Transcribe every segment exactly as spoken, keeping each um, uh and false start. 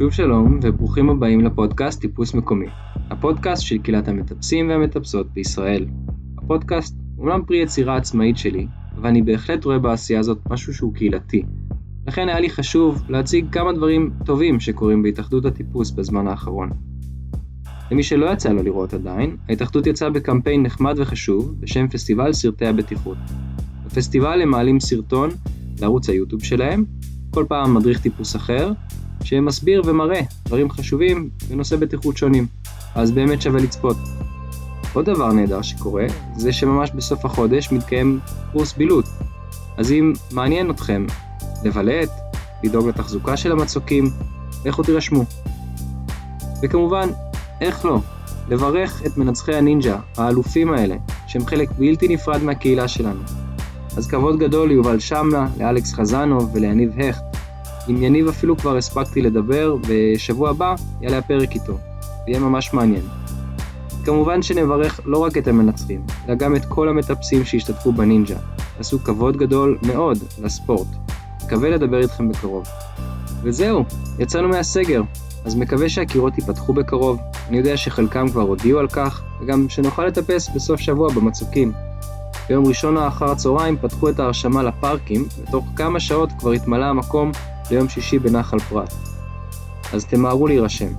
שוב שלום וברוכים הבאים לפודקאסט טיפוס מקומי, הפודקאסט של קהילת המטפסים והמטפסות בישראל. הפודקאסט אומנם פרי יצירה עצמאית שלי, אבל אני בהחלט רואה בעשייה הזאת משהו שהוא קהילתי. לכן היה לי חשוב להציג כמה דברים טובים שקורים בהתאחדות הטיפוס בזמן האחרון. למי שלא יצא לו לראות עדיין, ההתאחדות יצאה בקמפיין נחמד וחשוב בשם פסטיבל סרטי הבטיחות. בפסטיבל הם מעלים סרטון לערוץ היוטיוב שלהם, כל פעם מדריך טיפוס אחר, שמסביר ומראה דברים חשובים בנושא בטיחות שונים, אז באמת שווה לצפות. עוד דבר נהדר שקורה, זה שממש בסוף החודש מתקיים קורס בילוט. אז אם מעניין אתכם לבלט, לדאוג לתחזוקה של המצוקים, לכו תירשמו. וכמובן, איך לא, לברך את מנצחי הנינג'ה, האלופים האלה, שהם חלק בלתי נפרד מהקהילה שלנו. אז כבוד גדול ליובל שמנה, לאלכס חזנו וליניב הכט. עם יניב אפילו כבר הספקתי לדבר, ושבוע הבא יעלה הפרק איתו. יהיה ממש מעניין. כמובן שנברך לא רק את המנצחים, אלא גם את כל המטפסים שהשתתפו בנינג'ה. עשו כבוד גדול מאוד לספורט. מקווה לדבר איתכם בקרוב. וזהו, יצאנו מהסגר, אז מקווה שהקירות ייפתחו בקרוב. אני יודע שחלקם כבר הודיעו על כך, וגם שנוכל לטפס בסוף שבוע במצוקים. ביום ראשון האחר הצהריים פתחו את ההרשמה לפארקים, ותוך כמה שעות כבר התמלא המקום ליום שישי בנחל פרת. אז תמהרו להירשם.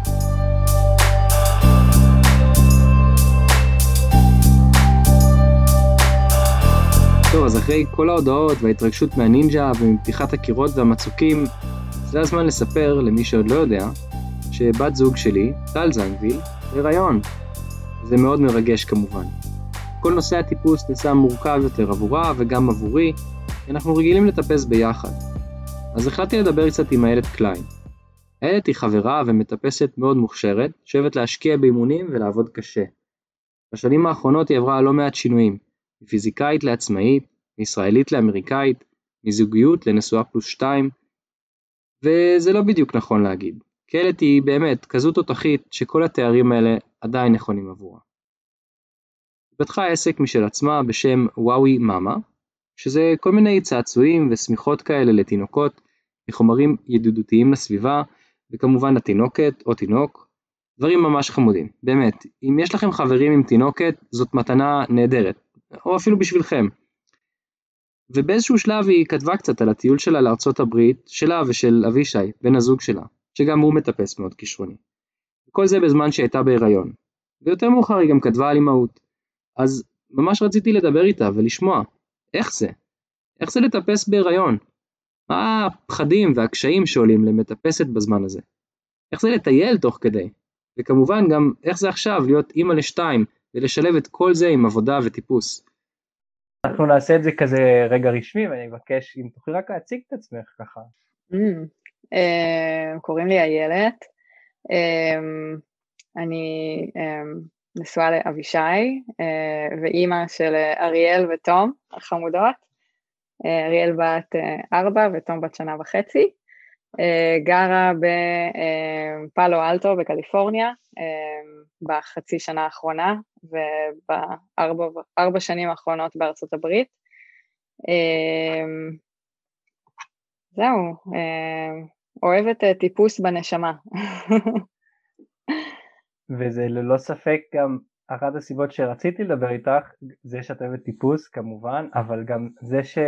טוב, אז אחרי כל ההודעות וההתרגשות מהנינג'ה ומפתיחת הקירות והמצוקים, זה הזמן לספר למי שעוד לא יודע, שבת זוג שלי, טל זנגוויל, בהיריון. זה מאוד מרגש כמובן. כל נושא הטיפוס נעשה מורכב יותר עבורה וגם עבורי, אנחנו רגילים לטפס ביחד. אז החלטתי לדבר קצת עם איילת קליין. איילת היא חברה ומטפסת מאוד מוכשרת, שאוהבת להשקיע באימונים ולעבוד קשה. בשנים האחרונות היא עברה לא מעט שינויים, מפיזיקאית לעצמאית, מישראלית לאמריקאית, מזוגיות לנשואה פלוס שתיים, וזה לא בדיוק נכון להגיד. כי איילת היא באמת כזו תותחית שכל התארים האלה עדיין נכונים עבורה. היא פתחה עסק משל עצמה בשם וואוי מאמה, שזה כל מיני צעצועים וסמיכות כאלה לתינוקות, מחומרים ידידותיים לסביבה, וכמובן לתינוקת או תינוק, דברים ממש חמודים. באמת, אם יש לכם חברים עם תינוקת, זאת מתנה נהדרת, או אפילו בשבילכם. ובאיזשהו שלב היא כתבה קצת על הטיול שלה לארצות הברית, שלה ושל אבישי, בן הזוג שלה, שגם הוא מטפס מאוד כישרוני. וכל זה בזמן שהייתה בהיריון. ויותר מאוחר היא גם כתבה על אימהות. אז ממש רציתי לדבר איתה ולשמוע, איך זה? איך זה לטפס בהיריון? מה הפחדים והקשיים שעולים למטפסת בזמן הזה? איך זה לטייל תוך כדי? וכמובן גם איך זה עכשיו להיות אימא לשתיים ולשלב את כל זה עם עבודה וטיפוס. אנחנו נעשה את זה כזה רגע רשמי, ואני מבקש אם תוכלי רק להציג את עצמך ככה. קוראים לי איילת, אני נשואה לאבישי, ואימא של אריאל ותום, החמודות. אריאל בת ארבע ותום בת שנה וחצי. גרה בפאלו אלטו בקליפורניה, בחצי שנה האחרונה, ובארבע שנים האחרונות בארצות הברית. זהו, אוהבת טיפוס בנשמה. וזה ללא ספק גם אחת הסיבות שרציתי לדבר איתך, זה שאת אוהבת טיפוס כמובן, אבל גם זה ש...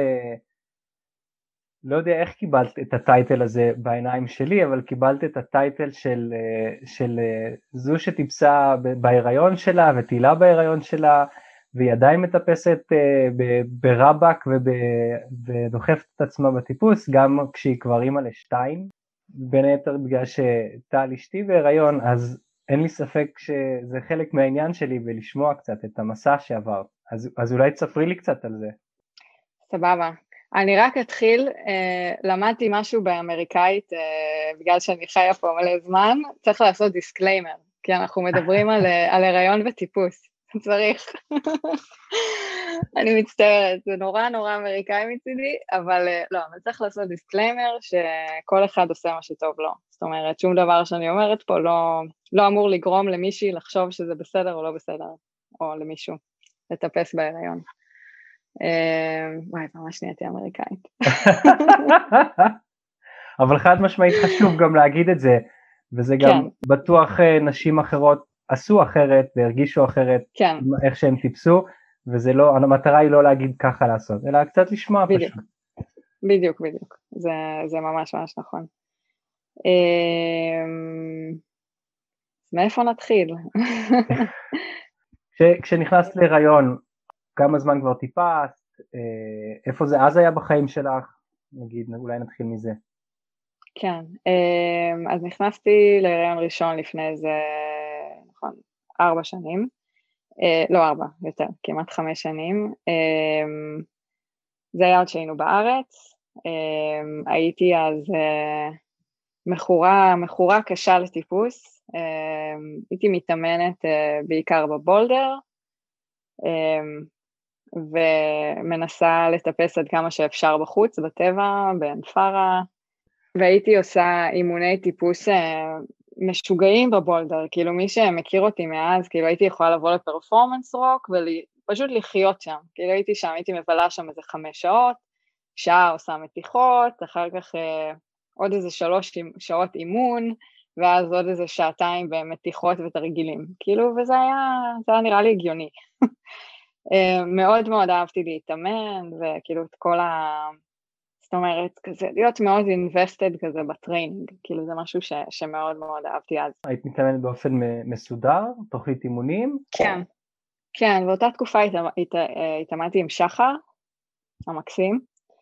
לא יודע איך קיבלת את הטייטל הזה בעיניים שלי, אבל קיבלת את הטייטל של, של זו שטיפסה בהיריון שלה וטילה בהיריון שלה, והיא עדיין מטפסת ברבק ודוחפת את עצמה בטיפוס, גם כשהיא כבר אימא לשתיים, בין היתר בגלל שטל אשתי בהיריון, אז אין לי ספק שזה חלק מהעניין שלי ולשמוע קצת את המסע שעבר. אז, אז אולי תספרי לי קצת על זה. סבבה. אני רק אתחיל, למדתי משהו באמריקאית, בגלל שאני חיה פה מלא זמן, צריך לעשות דיסקליימר, כי אנחנו מדברים על, על הריון וטיפוס, צריך. אני מצטערת, זה נורא נורא אמריקאי מצידי, אבל לא, אבל צריך לעשות דיסקליימר שכל אחד עושה מה שטוב לו. זאת אומרת, שום דבר שאני אומרת פה לא, לא אמור לגרום למישהי לחשוב שזה בסדר או לא בסדר, או למישהו לטפס בהיריון. וואי, ממש נהייתי אמריקאית. אבל חד משמעית חשוב גם להגיד את זה, וזה גם כן. בטוח נשים אחרות עשו אחרת והרגישו אחרת כן. איך שהם טיפסו, וזה לא, המטרה היא לא להגיד ככה לעשות, אלא קצת לשמוע בדיוק. פשוט. בדיוק, בדיוק. זה, זה ממש ממש נכון. מאיפה נתחיל? כש, כשנכנסת להיריון, כמה זמן כבר טיפסת? איפה זה אז היה בחיים שלך? נגיד, אולי נתחיל מזה. כן, אז נכנסתי להיריון ראשון לפני איזה, נכון, ארבע שנים. לא ארבע, יותר, כמעט חמש שנים. זה היה עוד שהיינו בארץ. הייתי אז מכורה, מכורה קשה לטיפוס. הייתי מתאמנת בעיקר בבולדר, ומנסה לטפס עד כמה שאפשר בחוץ, בטבע, בעין פארה, והייתי עושה אימוני טיפוס משוגעים בבולדר, כאילו מי שמכיר אותי מאז, כאילו הייתי יכולה לבוא לפרפורמנס רוק, ופשוט לחיות שם, כאילו הייתי שם, הייתי מבלה שם איזה חמש שעות, שעה עושה מתיחות, אחר כך עוד איזה שלוש שעות אימון, ואז עוד איזה שעתיים במתיחות ותרגילים, כאילו, וזה היה, זה היה נראה לי הגיוני. מאוד מאוד אהבתי להתאמן, וכאילו את כל ה... זאת אומרת, כזה, להיות מאוד invested כזה בטריינינג, כאילו זה משהו ש, שמאוד מאוד אהבתי אז. היית מתאמנת באופן מסודר, תוכנית אימונים? כן, כן, באותה תקופה התאמנתי עם שחר, המקסים,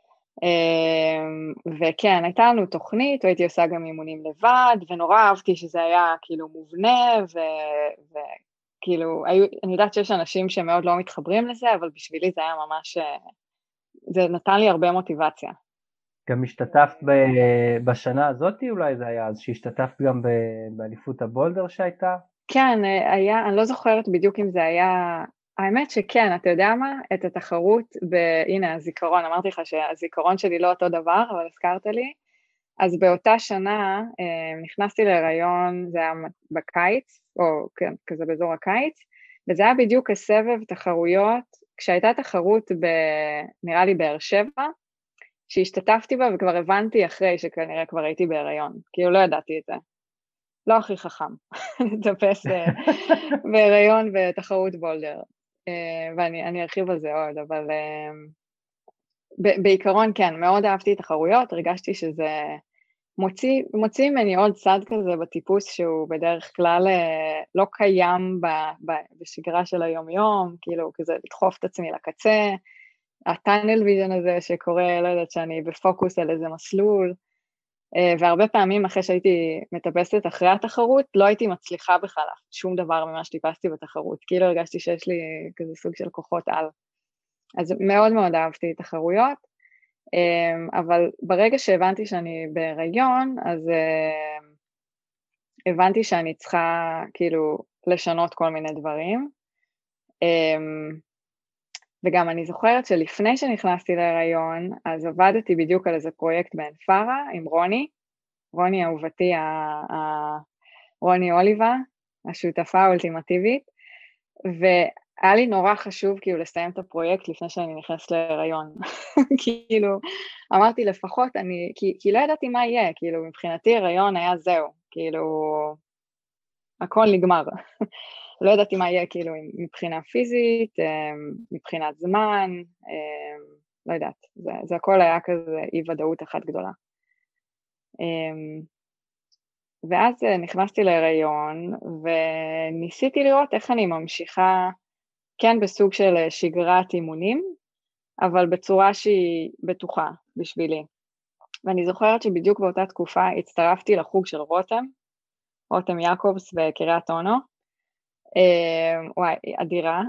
וכן, הייתה לנו תוכנית, והייתי עושה גם אימונים לבד, ונורא אהבתי שזה היה כאילו מובנה, וכאילו, אני יודעת שיש אנשים שמאוד לא מתחברים לזה, אבל בשבילי זה היה ממש, זה נתן לי הרבה מוטיבציה. גם השתתפת בשנה הזאת, אולי זה היה אז, שהשתתפת גם באליפות הבולדר שהייתה? כן, היה, אני לא זוכרת בדיוק אם זה היה, האמת שכן, אתה יודע מה? את התחרות, הנה הזיכרון, אמרתי לך שהזיכרון שלי לא אותו דבר, אבל הזכרת לי, אז באותה שנה נכנסתי להיריון, זה היה בקיץ, או כן, כזה באזור הקיץ, וזה היה בדיוק הסבב תחרויות, כשהייתה תחרות נראה לי באר שבע, שהשתתפתי בה וכבר הבנתי אחרי שכנראה כבר הייתי בהיריון, כאילו לא ידעתי את זה. לא הכי חכם, לטפס בהיריון בתחרות בולדר, ואני אני ארחיב על זה עוד, אבל בעיקרון כן, מאוד אהבתי תחרויות, הרגשתי שזה מוציא, מוציא ממני עוד צד כזה בטיפוס שהוא בדרך כלל לא קיים ב, ב, בשגרה של היום יום, כאילו כזה לדחוף את עצמי לקצה, הטאנל ויז'ן הזה שקורה, לא יודעת שאני בפוקוס על איזה מסלול, והרבה פעמים אחרי שהייתי מטפסת אחרי התחרות, לא הייתי מצליחה בכלל שום דבר ממה שטיפסתי בתחרות, כאילו הרגשתי שיש לי כזה סוג של כוחות על. אז מאוד מאוד אהבתי תחרויות, אבל ברגע שהבנתי שאני בהיריון, אז הבנתי שאני צריכה כאילו לשנות כל מיני דברים, וגם אני זוכרת שלפני שנכנסתי להיריון, אז עבדתי בדיוק על איזה פרויקט בעין פארה עם רוני, רוני אהובתי, רוני אוליבה, השותפה האולטימטיבית, והיה לי נורא חשוב כאילו לסיים את הפרויקט לפני שאני נכנסת להיריון. כאילו, אמרתי לפחות, אני, כי, כי לא ידעתי מה יהיה, כאילו מבחינתי הריון היה זהו, כאילו, הכל נגמר. לא ידעתי מה יהיה כאילו מבחינה פיזית, מבחינת זמן, לא יודעת, זה, זה הכל היה כזה אי ודאות אחת גדולה. ואז נכנסתי להיריון, וניסיתי לראות איך אני ממשיכה, כן בסוג של שגרת אימונים, אבל בצורה שהיא בטוחה בשבילי. ואני זוכרת שבדיוק באותה תקופה הצטרפתי לחוג של רותם, רותם יעקובס בקריית אונו, וואי, אדירה.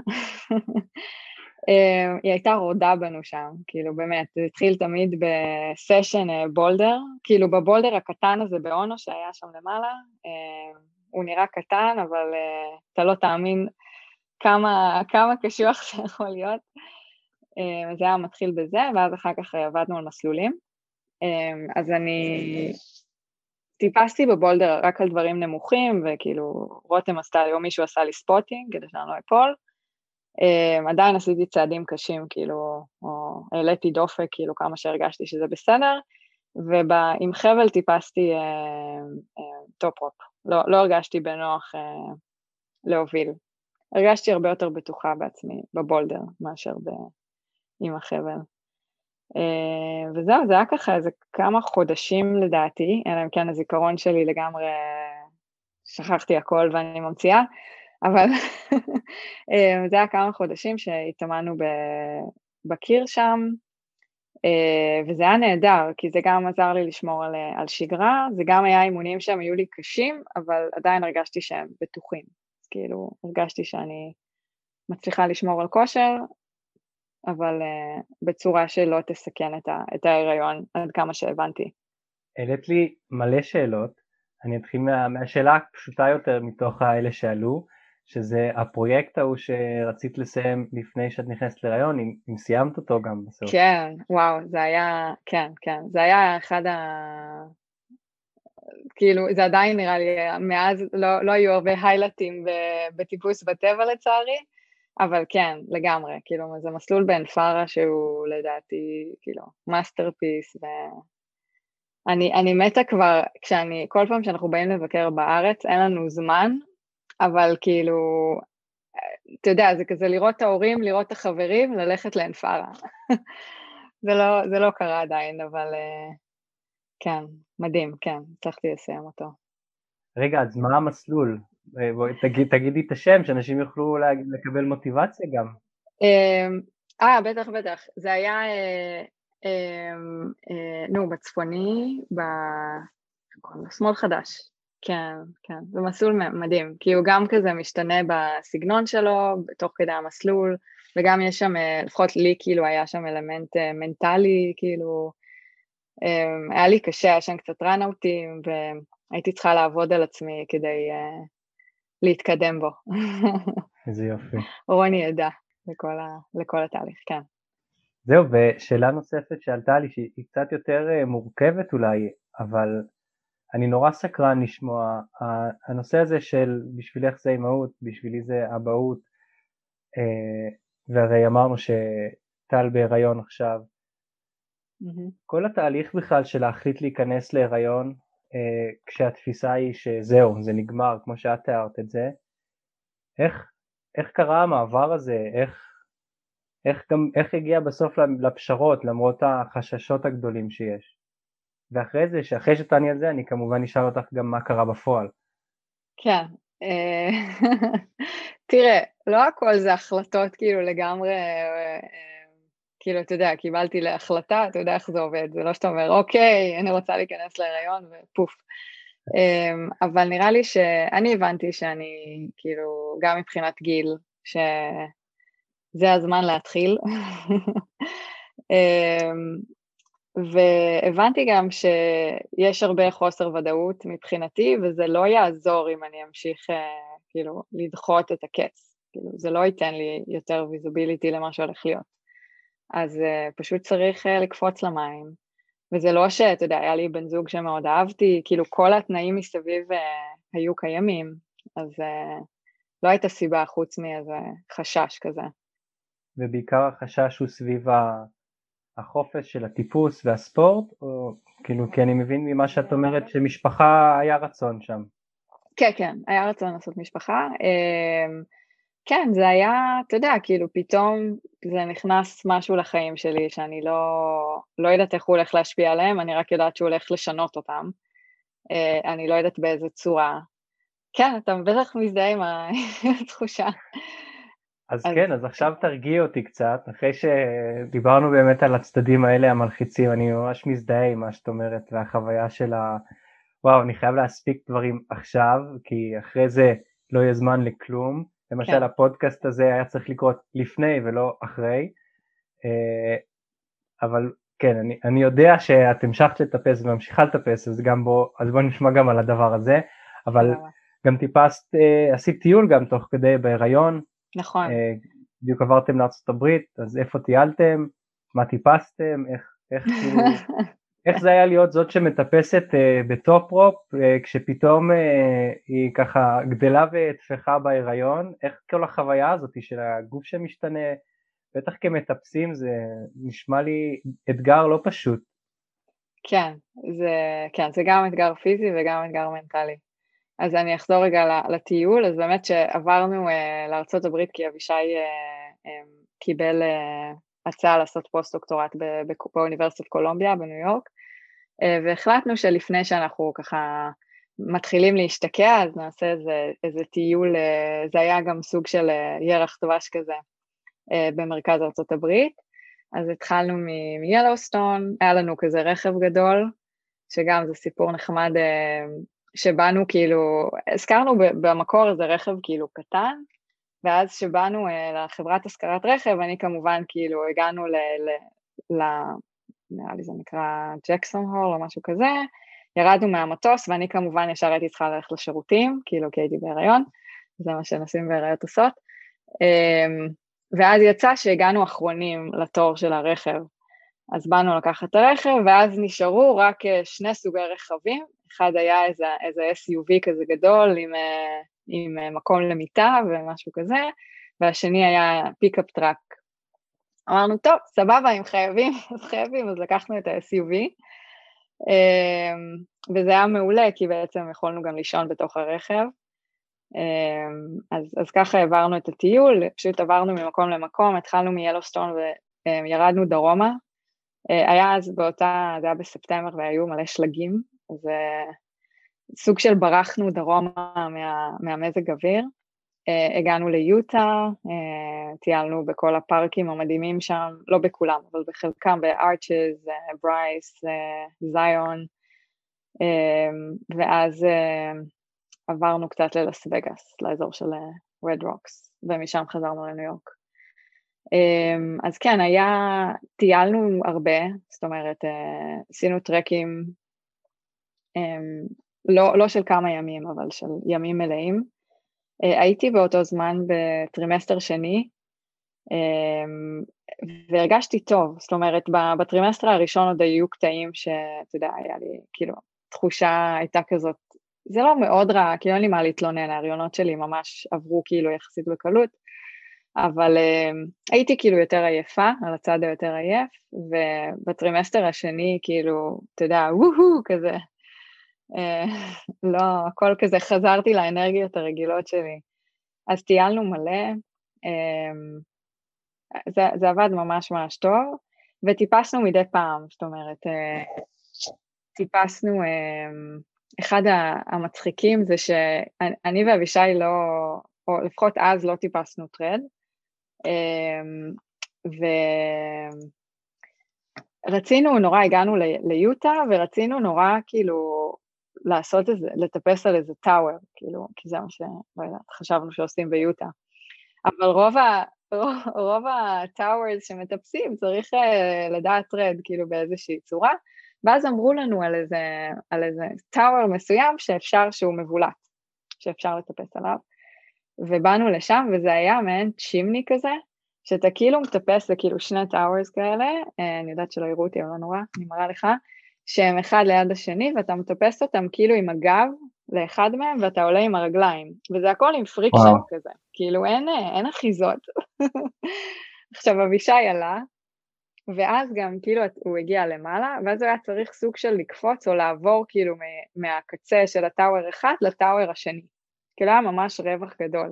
היא הייתה רודה בנו שם, כאילו באמת, זה התחיל תמיד בסשן בולדר, כאילו בבולדר הקטן הזה באונו שהיה שם למעלה, הוא נראה קטן, אבל אתה לא תאמין כמה, כמה קשוח זה יכול להיות. זה היה מתחיל בזה, ואז אחר כך עבדנו על מסלולים. אז אני טיפסתי בבולדר רק על דברים נמוכים, וכאילו רותם עשתה לי, או מישהו עשה לי ספוטינג, כדי שאני לא אפול. עדיין עשיתי צעדים קשים, כאילו, או העליתי דופק, כאילו, כמה שהרגשתי שזה בסדר, ועם חבל טיפסתי טופ-רופ, לא, לא הרגשתי בנוח uh, להוביל. הרגשתי הרבה יותר בטוחה בעצמי בבולדר מאשר ב... עם החבל. Uh, וזהו, זה היה ככה איזה כמה חודשים לדעתי, אלא אם כן הזיכרון שלי לגמרי שכחתי הכל ואני ממציאה, אבל uh, זה היה כמה חודשים שהתאמנו בקיר שם, uh, וזה היה נהדר, כי זה גם עזר לי לשמור על, על שגרה, זה גם היה אימונים שהם היו לי קשים, אבל עדיין הרגשתי שהם בטוחים, כאילו הרגשתי שאני מצליחה לשמור על כושר, אבל uh, בצורה שלא תסכן את, ה, את ההיריון עד כמה שהבנתי. העלית לי מלא שאלות, אני אתחיל מה, מהשאלה הפשוטה יותר מתוך האלה שעלו, שזה הפרויקט ההוא שרצית לסיים לפני שאת נכנסת להיריון, אם, אם סיימת אותו גם בסוף. כן, וואו, זה היה, כן, כן, זה היה אחד ה... כאילו, זה עדיין נראה לי, מאז לא, לא היו הרבה היילטים בטיפוס בטבע לצערי, אבל כן, לגמרי, כאילו, זה מסלול בעין פארה שהוא לדעתי, כאילו, מאסטרפיס, ואני אני מתה כבר, כשאני, כל פעם שאנחנו באים לבקר בארץ, אין לנו זמן, אבל כאילו, אתה יודע, זה כזה לראות את ההורים, לראות את החברים, ללכת לעין פארה. זה לא, זה לא קרה עדיין, אבל כן, מדהים, כן, הצלחתי לסיים אותו. רגע, אז מה המסלול? בואי, תגיד, תגידי את השם, שאנשים יוכלו לקבל מוטיבציה גם. אה, בטח, בטח. זה היה, אה, אה, אה, נו, בצפוני, בשמאל חדש. כן, כן, זה מסלול מדהים, כי הוא גם כזה משתנה בסגנון שלו, בתוך כדי המסלול, וגם יש שם, לפחות לי, כאילו, היה שם אלמנט מנטלי, כאילו, היה לי קשה, היה שם קצת רנאוטים, והייתי צריכה לעבוד על עצמי כדי uh, להתקדם בו. איזה יופי. רוני ידע לכל, ה, לכל התהליך, כן. זהו, ושאלה נוספת שעלתה לי, שהיא קצת יותר מורכבת אולי, אבל אני נורא סקרן לשמוע, הנושא הזה של בשבילך זה אימהות, בשבילי זה אבהות, והרי אמרנו שטל בהיריון עכשיו, mm-hmm. כל התהליך בכלל של להחליט להיכנס להיריון, כשהתפיסה היא שזהו, זה נגמר, כמו שאת תיארת את זה, איך, איך קרה המעבר הזה, איך, איך, גם, איך הגיע בסוף לפשרות, למרות החששות הגדולים שיש? ואחרי זה, שאחרי שתעני על זה, אני כמובן נשאל אותך גם מה קרה בפועל. כן, תראה, לא הכל זה החלטות כאילו לגמרי, כאילו אתה יודע, קיבלתי להחלטה, אתה יודע איך זה עובד, זה לא שאתה אומר, אוקיי, אני רוצה להיכנס להיריון ופוף. אבל נראה לי שאני הבנתי שאני, כאילו, גם מבחינת גיל, שזה הזמן להתחיל. והבנתי גם שיש הרבה חוסר ודאות מבחינתי, וזה לא יעזור אם אני אמשיך, כאילו, לדחות את הקץ. כאילו, זה לא ייתן לי יותר ויזוביליטי למה שהולך להיות. אז פשוט צריך לקפוץ למים. וזה לא שאתה יודע, היה לי בן זוג שמאוד אהבתי, כאילו כל התנאים מסביב uh, היו קיימים, אז uh, לא הייתה סיבה חוץ מאיזה חשש כזה. ובעיקר החשש הוא סביב החופש של הטיפוס והספורט, או כאילו, כי אני מבין ממה שאת אומרת שמשפחה היה רצון שם. כן, כן, היה רצון לעשות משפחה. Uh, כן, זה היה, אתה יודע, כאילו פתאום זה נכנס משהו לחיים שלי, שאני לא, לא יודעת איך הוא הולך להשפיע עליהם, אני רק יודעת שהוא הולך לשנות אותם, אני לא יודעת באיזה צורה. כן, אתה בטח מזדהה עם התחושה. אז, אז כן, אז עכשיו תרגיע אותי קצת, אחרי שדיברנו באמת על הצדדים האלה המלחיצים, אני ממש מזדהה עם מה שאת אומרת, והחוויה של ה... וואו, אני חייב להספיק דברים עכשיו, כי אחרי זה לא יהיה זמן לכלום, למשל כן. הפודקאסט הזה היה צריך לקרות לפני ולא אחרי, אבל כן, אני, אני יודע שאת המשכת לטפס וממשיכה לטפס, אז, גם בוא, אז בוא נשמע גם על הדבר הזה, אבל גם טיפסת, עשית טיול גם תוך כדי בהיריון, נכון. בדיוק עברתם לארצות הברית, אז איפה טיילתם, מה טיפסתם, איך, איך כאילו... איך זה היה להיות זאת שמטפסת uh, בטופ-רופ, uh, כשפתאום uh, היא ככה גדלה ותפחה בהיריון, איך כל החוויה הזאת של הגוף שמשתנה, בטח כמטפסים זה נשמע לי אתגר לא פשוט. כן, זה, כן, זה גם אתגר פיזי וגם אתגר מנטלי. אז אני אחזור רגע לטיול, אז באמת שעברנו לארצות הברית, כי אבישי קיבל הצעה לעשות פוסט-דוקטורט באוניברסיטת קולומביה בניו יורק, והחלטנו שלפני שאנחנו ככה מתחילים להשתקע, אז נעשה איזה, איזה טיול, זה היה גם סוג של ירח דבש כזה במרכז ארצות הברית, אז התחלנו מיילוסטון, היה לנו כזה רכב גדול, שגם זה סיפור נחמד, שבאנו כאילו, הזכרנו במקור איזה רכב כאילו קטן, ואז שבאנו לחברת השכרת רכב, אני כמובן כאילו הגענו ל... ל נראה לי זה נקרא ג'קסון הול או משהו כזה, ירדנו מהמטוס, ואני כמובן ישר הייתי צריכה ללכת לשירותים, כאילו כי הייתי בהיריון, זה מה שנשים בהיריון עושות, ואז יצא שהגענו אחרונים לתור של הרכב, אז באנו לקחת את הרכב, ואז נשארו רק שני סוגי רכבים, אחד היה איזה, איזה אס יו וי כזה גדול, עם, עם מקום למיטה ומשהו כזה, והשני היה פיקאפ טראק. אמרנו, טוב, סבבה, אם חייבים, אז חייבים, אז לקחנו את ה-אס יו וי, וזה היה מעולה, כי בעצם יכולנו גם לישון בתוך הרכב, אז, אז ככה העברנו את הטיול, פשוט עברנו ממקום למקום, התחלנו מיילוסטון וירדנו דרומה, היה אז באותה, זה היה בספטמבר והיו מלא שלגים, אז סוג של ברחנו דרומה מה, מהמזג אוויר, הגענו ליוטה, טיילנו בכל הפארקים המדהימים שם, לא בכולם, אבל בחלקם, בארצ'ז, ברייס, זיון, ואז עברנו קצת ללס וגאס, לאזור של רד רוקס, ומשם חזרנו לניו יורק. אז כן, היה, טיילנו הרבה, זאת אומרת, עשינו טרקים, לא, לא של כמה ימים, אבל של ימים מלאים. הייתי באותו זמן בטרימסטר שני, והרגשתי טוב, זאת אומרת, בטרימסטר הראשון עוד היו קטעים שאתה יודע, היה לי, כאילו, תחושה הייתה כזאת, זה לא מאוד רע, כי אין לי מה להתלונן, ההריונות שלי ממש עברו כאילו יחסית בקלות, אבל uh, הייתי כאילו יותר עייפה, על הצד היותר עייף, ובטרימסטר השני כאילו, אתה יודע, וואו, כזה, uh, לא, הכל כזה, חזרתי לאנרגיות הרגילות שלי, אז טיילנו מלא, um, זה, זה עבד ממש ממש טוב, וטיפסנו מדי פעם, זאת אומרת, uh, טיפסנו, um, אחד המצחיקים זה שאני ואבישי לא, או לפחות אז לא טיפסנו טרד, ורצינו נורא, הגענו ליוטה, ורצינו נורא כאילו לעשות איזה, לטפס על איזה טאוור, כאילו, כי זה מה שלא יודעת, חשבנו שעושים ביוטה. אבל רוב ה... רוב הטאוורס שמטפסים צריך לדעת טרד כאילו באיזושהי צורה, ואז אמרו לנו על איזה, על איזה טאוור מסוים שאפשר שהוא מבולט, שאפשר לטפס עליו, ובאנו לשם, וזה היה מעין צ'ימני כזה, שאתה כאילו מטפס, זה כאילו שני טאוורס כאלה, אני יודעת שלא יראו אותי, אבל לא נורא, אני מראה לך, שהם אחד ליד השני, ואתה מטפס אותם כאילו עם הגב לאחד מהם, ואתה עולה עם הרגליים, וזה הכל עם פריקשן כזה, כאילו אין, אין אחיזות. עכשיו אבישי עלה, ואז גם כאילו הוא הגיע למעלה, ואז הוא היה צריך סוג של לקפוץ, או לעבור כאילו מהקצה של הטאוור אחד לטאוור השני, כאילו היה ממש רווח גדול.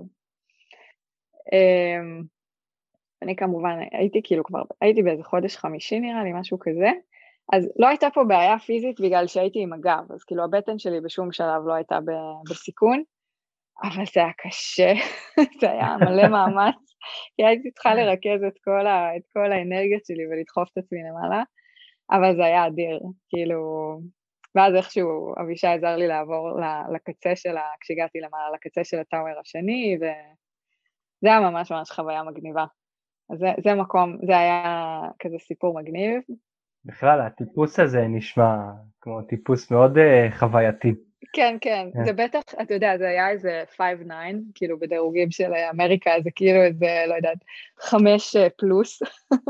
אני כמובן הייתי כאילו כבר, הייתי באיזה חודש חמישי נראה לי, משהו כזה, אז לא הייתה פה בעיה פיזית בגלל שהייתי עם הגב, אז כאילו הבטן שלי בשום שלב לא הייתה בסיכון, אבל זה היה קשה, זה היה מלא מאמץ, כי הייתי צריכה לרכז את כל, ה, את כל האנרגיות שלי ולדחוף את עצמי למעלה, אבל זה היה אדיר, כאילו, ואז איכשהו אבישי עזר לי לעבור לקצה שלה, כשהגעתי למעלה לקצה של הטאוור השני, וזה היה ממש ממש חוויה מגניבה. אז זה, זה מקום, זה היה כזה סיפור מגניב. בכלל, הטיפוס הזה נשמע כמו טיפוס מאוד uh, חווייתי. כן, כן, yeah. זה בטח, אתה יודע, זה היה איזה חמש תשע, כאילו בדירוגים של אמריקה, זה כאילו איזה, לא יודעת, חמש פלוס.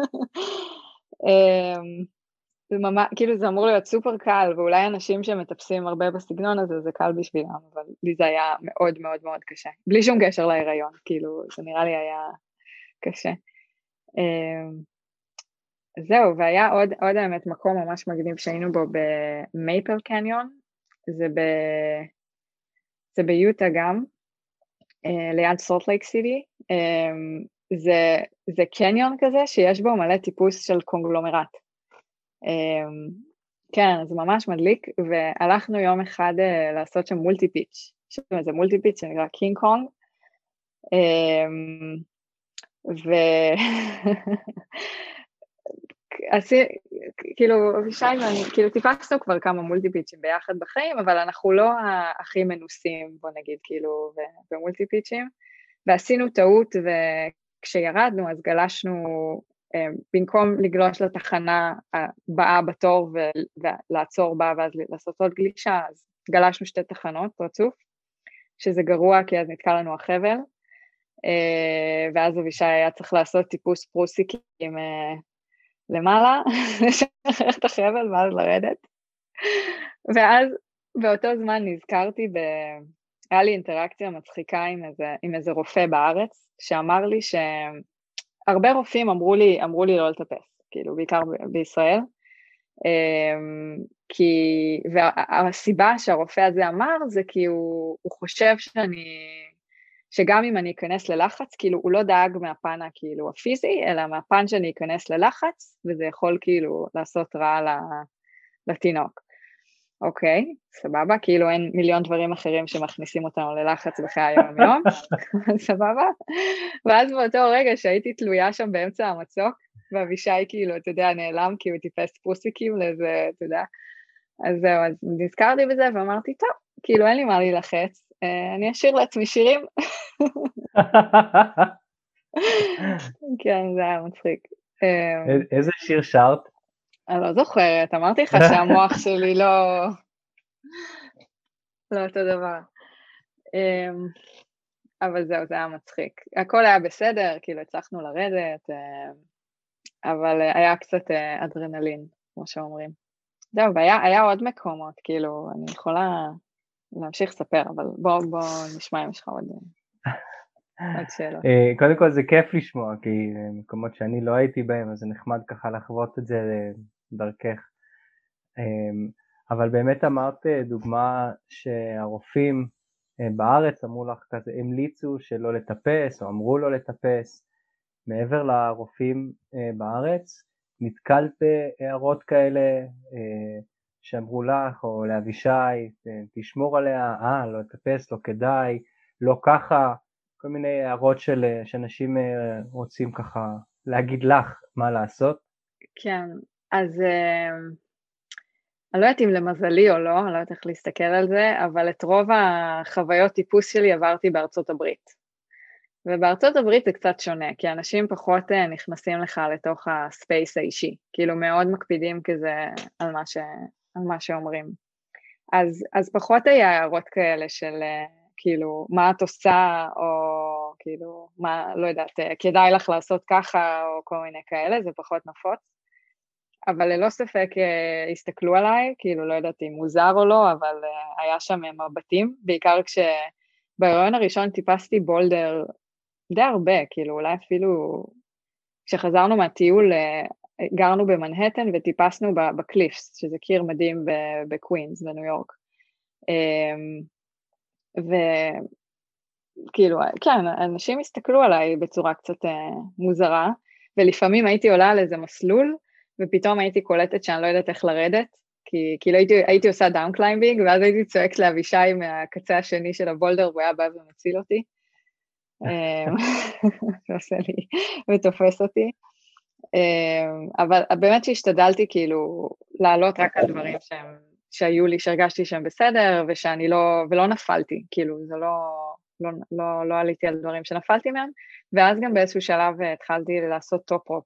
זה ממש, כאילו זה אמור להיות סופר קל, ואולי אנשים שמטפסים הרבה בסגנון הזה, זה קל בשבילם, אבל לי זה היה מאוד מאוד מאוד קשה. בלי שום קשר להיריון, כאילו, זה נראה לי היה קשה. זהו, והיה עוד, עוד האמת מקום ממש מגניב שהיינו בו במייפל קניון, זה ב... זה ביוטה גם, ליד סולט לייק סיטי, זה, זה קניון כזה שיש בו מלא טיפוס של קונגלומרט. כן, זה ממש מדליק, והלכנו יום אחד לעשות שם מולטי פיץ', שם איזה מולטי פיץ' שנקרא קינג קונג, ו... כאילו, אבישי ואני, כאילו טיפסנו כבר כמה מולטי פיצ'ים ביחד בחיים, אבל אנחנו לא הכי מנוסים, בוא נגיד, כאילו, במולטי פיצ'ים, ועשינו טעות, וכשירדנו אז גלשנו, במקום לגלוש לתחנה הבאה בתור ולעצור בה ואז לעשות עוד גלישה, אז גלשנו שתי תחנות רצוף, שזה גרוע כי אז נתקע לנו החבל, ואז אבישי היה צריך לעשות טיפוס פרוסיקים למעלה, לשחרר את החבל ואז לרדת, ואז באותו זמן נזכרתי, ב... היה לי אינטראקציה מצחיקה עם איזה, עם איזה רופא בארץ, שאמר לי שהרבה רופאים אמרו לי, אמרו לי לא לטפס, כאילו בעיקר ב- בישראל, כי, והסיבה שהרופא הזה אמר זה כי הוא, הוא חושב שאני, שגם אם אני אכנס ללחץ, כאילו הוא לא דאג מהפן כאילו הפיזי, אלא מהפן שאני אכנס ללחץ, וזה יכול כאילו לעשות רע לתינוק. אוקיי, סבבה, כאילו אין מיליון דברים אחרים שמכניסים אותנו ללחץ בחיי היום יום, סבבה? ואז באותו רגע שהייתי תלויה שם באמצע המצוק, ואבישי כאילו, אתה יודע, נעלם כי הוא טיפס פוסיקים לזה, אתה יודע, אז זהו, אז נזכרתי בזה ואמרתי, טוב, כאילו אין לי מה להילחץ, אני אשאיר לעצמי שירים. כן, זה היה מצחיק. איזה שיר שרת? אני לא זוכרת, אמרתי לך שהמוח שלי לא... לא אותו דבר. אבל זהו, זה היה מצחיק. הכל היה בסדר, כאילו הצלחנו לרדת, אבל היה קצת אדרנלין, כמו שאומרים. זהו, והיה עוד מקומות, כאילו, אני יכולה להמשיך לספר, אבל בוא, בוא נשמע אם יש לך עוד, עוד שאלות. קודם כל זה כיף לשמוע, כי מקומות שאני לא הייתי בהם, אז זה נחמד ככה לחוות את זה דרכך. אבל באמת אמרת דוגמה שהרופאים בארץ אמרו לך כזה, המליצו שלא לטפס, או אמרו לא לטפס. מעבר לרופאים בארץ, נתקלת בהערות כאלה שאמרו לך, או לאבישי, תשמור עליה, אה, לא לטפס, לא כדאי, לא ככה, כל מיני הערות של, שאנשים רוצים ככה להגיד לך מה לעשות? כן, אז אני לא יודעת אם למזלי או לא, אני לא יודעת איך להסתכל על זה, אבל את רוב החוויות טיפוס שלי עברתי בארצות הברית. ובארצות הברית זה קצת שונה, כי אנשים פחות נכנסים לך לתוך הספייס האישי, כאילו מאוד מקפידים כזה על מה, ש, על מה שאומרים. אז, אז פחות היה הערות כאלה של כאילו מה את עושה, או כאילו מה, לא יודעת, כדאי לך לעשות ככה, או כל מיני כאלה, זה פחות נפוץ. אבל ללא ספק הסתכלו עליי, כאילו לא יודעת אם מוזר או לא, אבל היה שם מבטים, בעיקר כשבהיריון הראשון טיפסתי בולדר די הרבה, כאילו אולי אפילו כשחזרנו מהטיול גרנו במנהטן וטיפסנו בקליפס, שזה קיר מדהים בקווינס בניו יורק. וכאילו, כן, אנשים הסתכלו עליי בצורה קצת מוזרה, ולפעמים הייתי עולה על איזה מסלול, ופתאום הייתי קולטת שאני לא יודעת איך לרדת, כי כאילו הייתי, הייתי עושה דאון קליימבינג, ואז הייתי צועקת לאבישי מהקצה השני של הבולדר, והוא היה בא ומציל אותי. ועושה לי, ותופס אותי. אבל באמת שהשתדלתי כאילו לעלות רק על דברים שהם, שהיו לי, שהרגשתי שהם בסדר, ושאני לא, ולא נפלתי, כאילו זה לא, לא, לא, לא עליתי על דברים שנפלתי מהם, ואז גם באיזשהו שלב התחלתי לעשות טופ-רופ.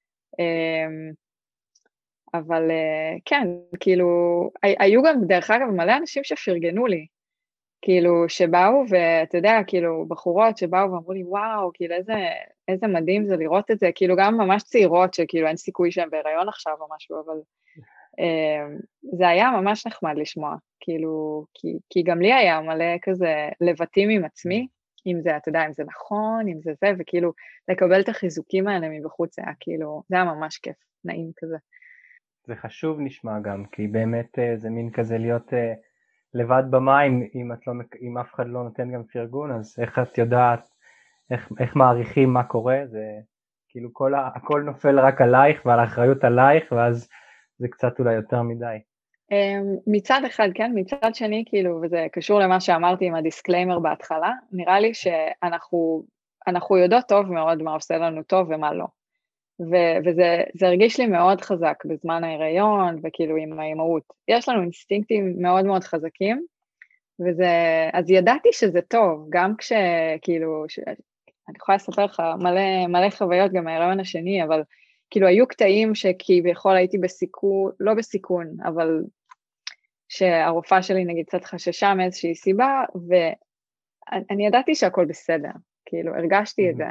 אבל כן, כאילו, היו גם דרך אגב מלא אנשים שפרגנו לי, כאילו שבאו ואתה יודע, כאילו בחורות שבאו ואמרו לי וואו, כאילו איזה, איזה מדהים זה לראות את זה, כאילו גם ממש צעירות שכאילו אין סיכוי שהן בהיריון עכשיו או משהו, אבל אה, זה היה ממש נחמד לשמוע, כאילו, כי, כי גם לי היה מלא כזה לבטים עם עצמי, אם זה, אתה יודע, אם זה נכון, אם זה זה, וכאילו לקבל את החיזוקים האלה מבחוץ, זה היה כאילו, זה היה ממש כיף, נעים כזה. זה חשוב נשמע גם, כי באמת זה מין כזה להיות לבד במים, אם, את לא, אם אף אחד לא נותן גם פרגון, אז איך את יודעת, איך, איך מעריכים מה קורה, זה כאילו כל ה, הכל נופל רק עלייך ועל האחריות עלייך, ואז זה קצת אולי יותר מדי. מצד אחד, כן, מצד שני, כאילו, וזה קשור למה שאמרתי עם הדיסקליימר בהתחלה, נראה לי שאנחנו אנחנו יודעות טוב מאוד מה עושה לנו טוב ומה לא. ו- וזה זה הרגיש לי מאוד חזק בזמן ההיריון, וכאילו עם האימהות. יש לנו אינסטינקטים מאוד מאוד חזקים, וזה, אז ידעתי שזה טוב, גם כשכאילו, ש- אני יכולה לספר לך מלא, מלא חוויות גם מההיריון השני, אבל כאילו היו קטעים שכביכול הייתי בסיכון, לא בסיכון, אבל שהרופאה שלי נגיד קצת חששה מאיזושהי סיבה, ואני ידעתי שהכל בסדר, כאילו הרגשתי את זה.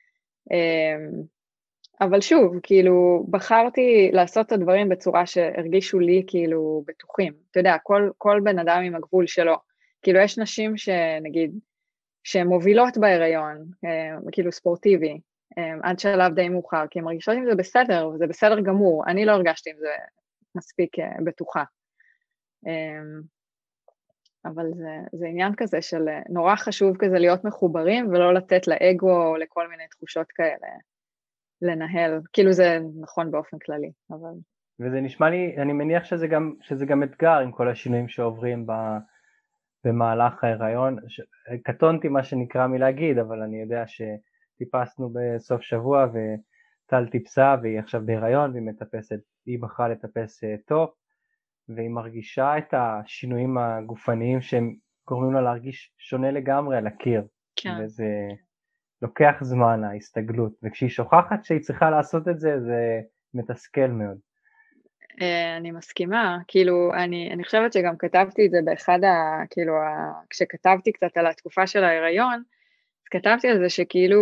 אבל שוב, כאילו בחרתי לעשות את הדברים בצורה שהרגישו לי כאילו בטוחים. אתה יודע, כל, כל בן אדם עם הגבול שלו. כאילו יש נשים שנגיד, שהן מובילות בהיריון, כאילו ספורטיבי, עד שלב די מאוחר, כי הן מרגישות עם זה בסדר, וזה בסדר גמור. אני לא הרגשתי עם זה מספיק בטוחה. אבל זה, זה עניין כזה של נורא חשוב כזה להיות מחוברים, ולא לתת לאגו או לכל מיני תחושות כאלה לנהל. כאילו זה נכון באופן כללי, אבל... וזה נשמע לי, אני מניח שזה גם, שזה גם אתגר עם כל השינויים שעוברים ב, במהלך ההיריון. ש, קטונתי מה שנקרא מלהגיד, אבל אני יודע שטיפסנו בסוף שבוע וטל טיפסה והיא עכשיו בהיריון והיא מטפסת, היא בחרה לטפס טופ, והיא מרגישה את השינויים הגופניים שהם גורמים לה להרגיש שונה לגמרי על הקיר. כן. וזה לוקח זמן ההסתגלות, וכשהיא שוכחת שהיא צריכה לעשות את זה, זה מתסכל מאוד. אני מסכימה, כאילו אני, אני חושבת שגם כתבתי את זה באחד ה... כאילו ה, כשכתבתי קצת על התקופה של ההיריון, אז כתבתי על זה שכאילו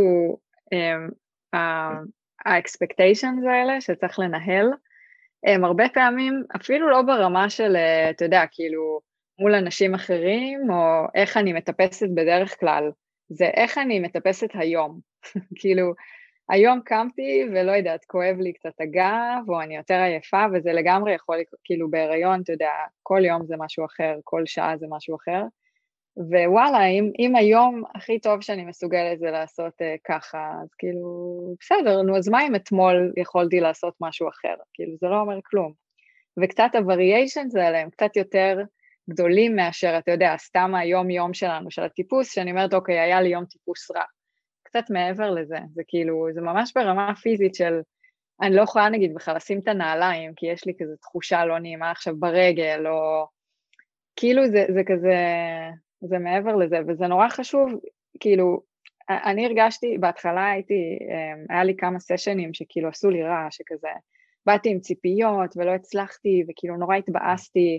ה-expectations האלה שצריך לנהל, הם הרבה פעמים אפילו לא ברמה של, אתה יודע, כאילו מול אנשים אחרים, או איך אני מטפסת בדרך כלל, זה איך אני מטפסת היום, כאילו, היום קמתי ולא יודעת, כואב לי קצת הגב, או אני יותר עייפה, וזה לגמרי יכול, כאילו בהיריון, אתה יודע, כל יום זה משהו אחר, כל שעה זה משהו אחר, ווואלה, אם, אם היום הכי טוב שאני מסוגלת זה לעשות uh, ככה, אז כאילו, בסדר, נו, אז מה אם אתמול יכולתי לעשות משהו אחר? כאילו, זה לא אומר כלום. וקצת ה-variations האלה הם קצת יותר גדולים מאשר, אתה יודע, סתם היום-יום שלנו, של הטיפוס, שאני אומרת, אוקיי, היה לי יום טיפוס רע. קצת מעבר לזה, זה כאילו, זה ממש ברמה פיזית של, אני לא יכולה נגיד בכלל לשים את הנעליים, כי יש לי כזה תחושה לא נעימה עכשיו ברגל, או כאילו זה, זה כזה, זה מעבר לזה, וזה נורא חשוב, כאילו, אני הרגשתי, בהתחלה הייתי, היה לי כמה סשנים שכאילו עשו לי רע, שכזה, באתי עם ציפיות ולא הצלחתי, וכאילו נורא התבאסתי,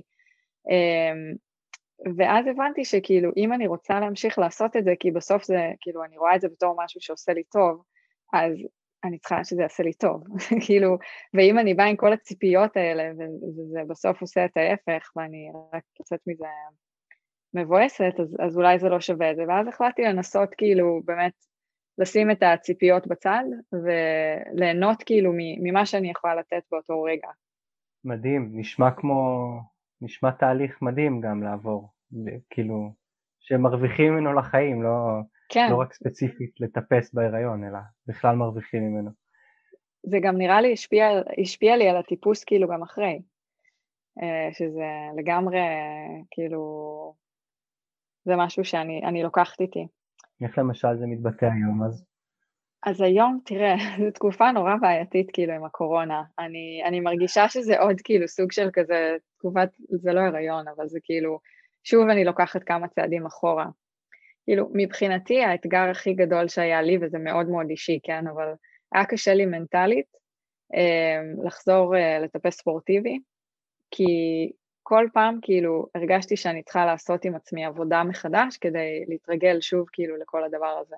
ואז הבנתי שכאילו, אם אני רוצה להמשיך לעשות את זה, כי בסוף זה, כאילו, אני רואה את זה בתור משהו שעושה לי טוב, אז אני צריכה שזה יעשה לי טוב, כאילו, ואם אני באה עם כל הציפיות האלה, וזה בסוף עושה את ההפך, ואני רק יוצאת מזה מבואסת, אז, אז אולי זה לא שווה את זה, ואז החלטתי לנסות כאילו באמת לשים את הציפיות בצד, וליהנות כאילו ממה שאני יכולה לתת באותו רגע. מדהים, נשמע כמו, נשמע תהליך מדהים גם לעבור, כאילו, שמרוויחים ממנו לחיים, לא, כן. לא רק ספציפית לטפס בהיריון, אלא בכלל מרוויחים ממנו. זה גם נראה לי השפיע, השפיע לי על הטיפוס כאילו גם אחרי, שזה לגמרי כאילו, זה משהו שאני אני לוקחת איתי. איך למשל זה מתבטא היום אז? אז היום, תראה, זו תקופה נורא בעייתית כאילו עם הקורונה. אני, אני מרגישה שזה עוד כאילו סוג של כזה, תקופת, זה לא הריון, אבל זה כאילו, שוב אני לוקחת כמה צעדים אחורה. כאילו, מבחינתי האתגר הכי גדול שהיה לי, וזה מאוד מאוד אישי, כן, אבל היה קשה לי מנטלית לחזור לטפס ספורטיבי, כי כל פעם כאילו הרגשתי שאני צריכה לעשות עם עצמי עבודה מחדש, כדי להתרגל שוב כאילו לכל הדבר הזה.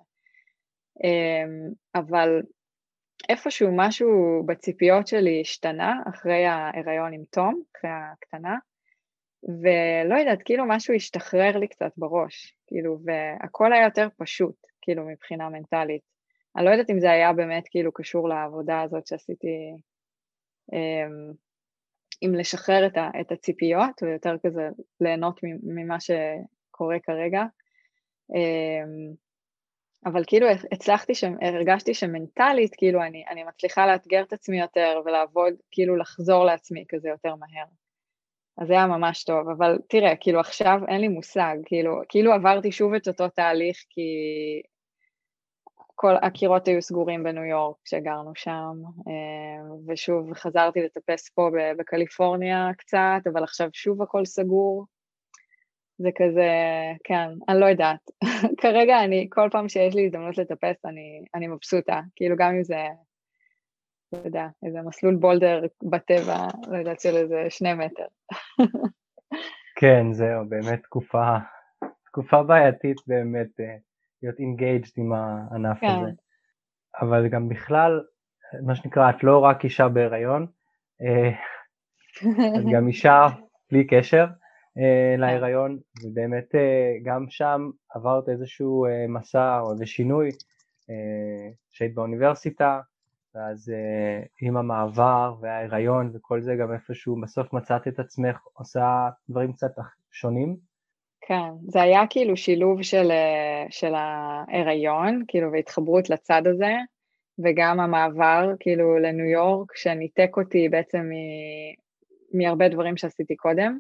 אבל איפשהו משהו בציפיות שלי השתנה אחרי ההיריון עם תום, אחרי הקטנה, ולא יודעת, כאילו משהו השתחרר לי קצת בראש, כאילו, והכל היה יותר פשוט, כאילו, מבחינה מנטלית. אני לא יודעת אם זה היה באמת כאילו קשור לעבודה הזאת שעשיתי עם, עם לשחרר את, ה, את הציפיות, ויותר כזה ליהנות ממה שקורה כרגע. אבל כאילו הצלחתי, הרגשתי שמנטלית, כאילו אני, אני מצליחה לאתגר את עצמי יותר, ולעבוד, כאילו לחזור לעצמי כזה יותר מהר. אז זה היה ממש טוב, אבל תראה, כאילו עכשיו אין לי מושג, כאילו, כאילו עברתי שוב את אותו תהליך, כי כל הקירות היו סגורים בניו יורק כשגרנו שם, ושוב חזרתי לטפס פה בקליפורניה קצת, אבל עכשיו שוב הכל סגור, זה כזה, כן, אני לא יודעת. כרגע אני, כל פעם שיש לי הזדמנות לטפס, אני, אני מבסוטה, כאילו גם אם זה, לא יודע, איזה מסלול בולדר בטבע, לא יודעת, של איזה שני מטר. כן, זהו, באמת תקופה, תקופה בעייתית באמת, להיות engaged עם הענף כן. הזה. אבל גם בכלל, מה שנקרא, את לא רק אישה בהיריון, את גם אישה בלי קשר להיריון, ובאמת גם שם עברת איזשהו מסע או איזה שינוי, שהיית באוניברסיטה, ואז עם המעבר וההיריון וכל זה גם איפשהו בסוף מצאת את עצמך עושה דברים קצת שונים. כן, זה היה כאילו שילוב של, של ההיריון, כאילו והתחברות לצד הזה, וגם המעבר כאילו לניו יורק, שניתק אותי בעצם מ, מהרבה דברים שעשיתי קודם.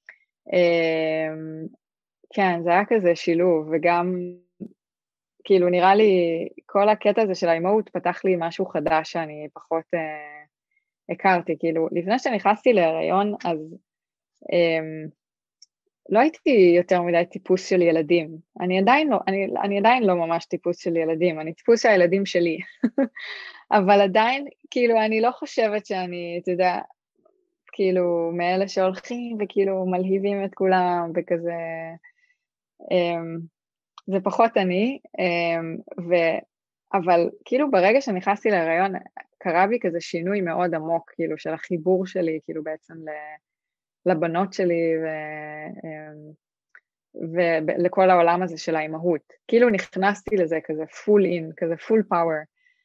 כן, זה היה כזה שילוב, וגם כאילו נראה לי כל הקטע הזה של האימהות פתח לי משהו חדש שאני פחות אה, הכרתי, כאילו לפני שנכנסתי להיריון אז אה, לא הייתי יותר מדי טיפוס של ילדים, אני עדיין לא, אני, אני עדיין לא ממש טיפוס של ילדים, אני טיפוס של הילדים שלי, אבל עדיין כאילו אני לא חושבת שאני, אתה יודע, כאילו מאלה שהולכים וכאילו מלהיבים את כולם וכזה, אה, זה פחות אני, ו... אבל כאילו ברגע שנכנסתי להיריון, קרה בי כזה שינוי מאוד עמוק, כאילו של החיבור שלי, כאילו בעצם לבנות שלי, ו... ולכל העולם הזה של האימהות. כאילו נכנסתי לזה כזה full in, כזה full power,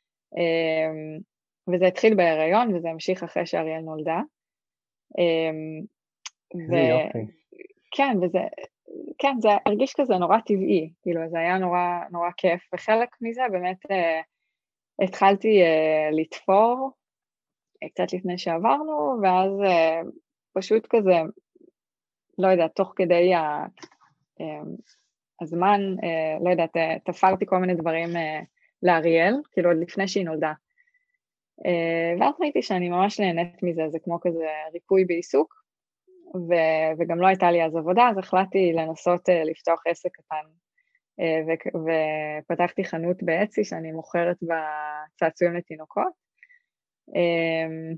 וזה התחיל בהיריון, וזה המשיך אחרי שאריאל נולדה. איזה יופי. כן, וזה... כן, זה הרגיש כזה נורא טבעי, כאילו זה היה נורא, נורא כיף, וחלק מזה באמת אה, התחלתי אה, לתפור, אה, קצת לפני שעברנו, ואז אה, פשוט כזה, לא יודע, תוך כדי ה, אה, הזמן, אה, לא יודעת, אה, תפרתי כל מיני דברים אה, לאריאל, כאילו עוד לפני שהיא נולדה. אה, ואז ראיתי שאני ממש נהנית מזה, זה כמו כזה ריפוי בעיסוק, ו- וגם לא הייתה לי אז עבודה, אז החלטתי לנסות uh, לפתוח עסק קטן, uh, ו- ופתחתי חנות באצי שאני מוכרת בצעצועים לתינוקות, um,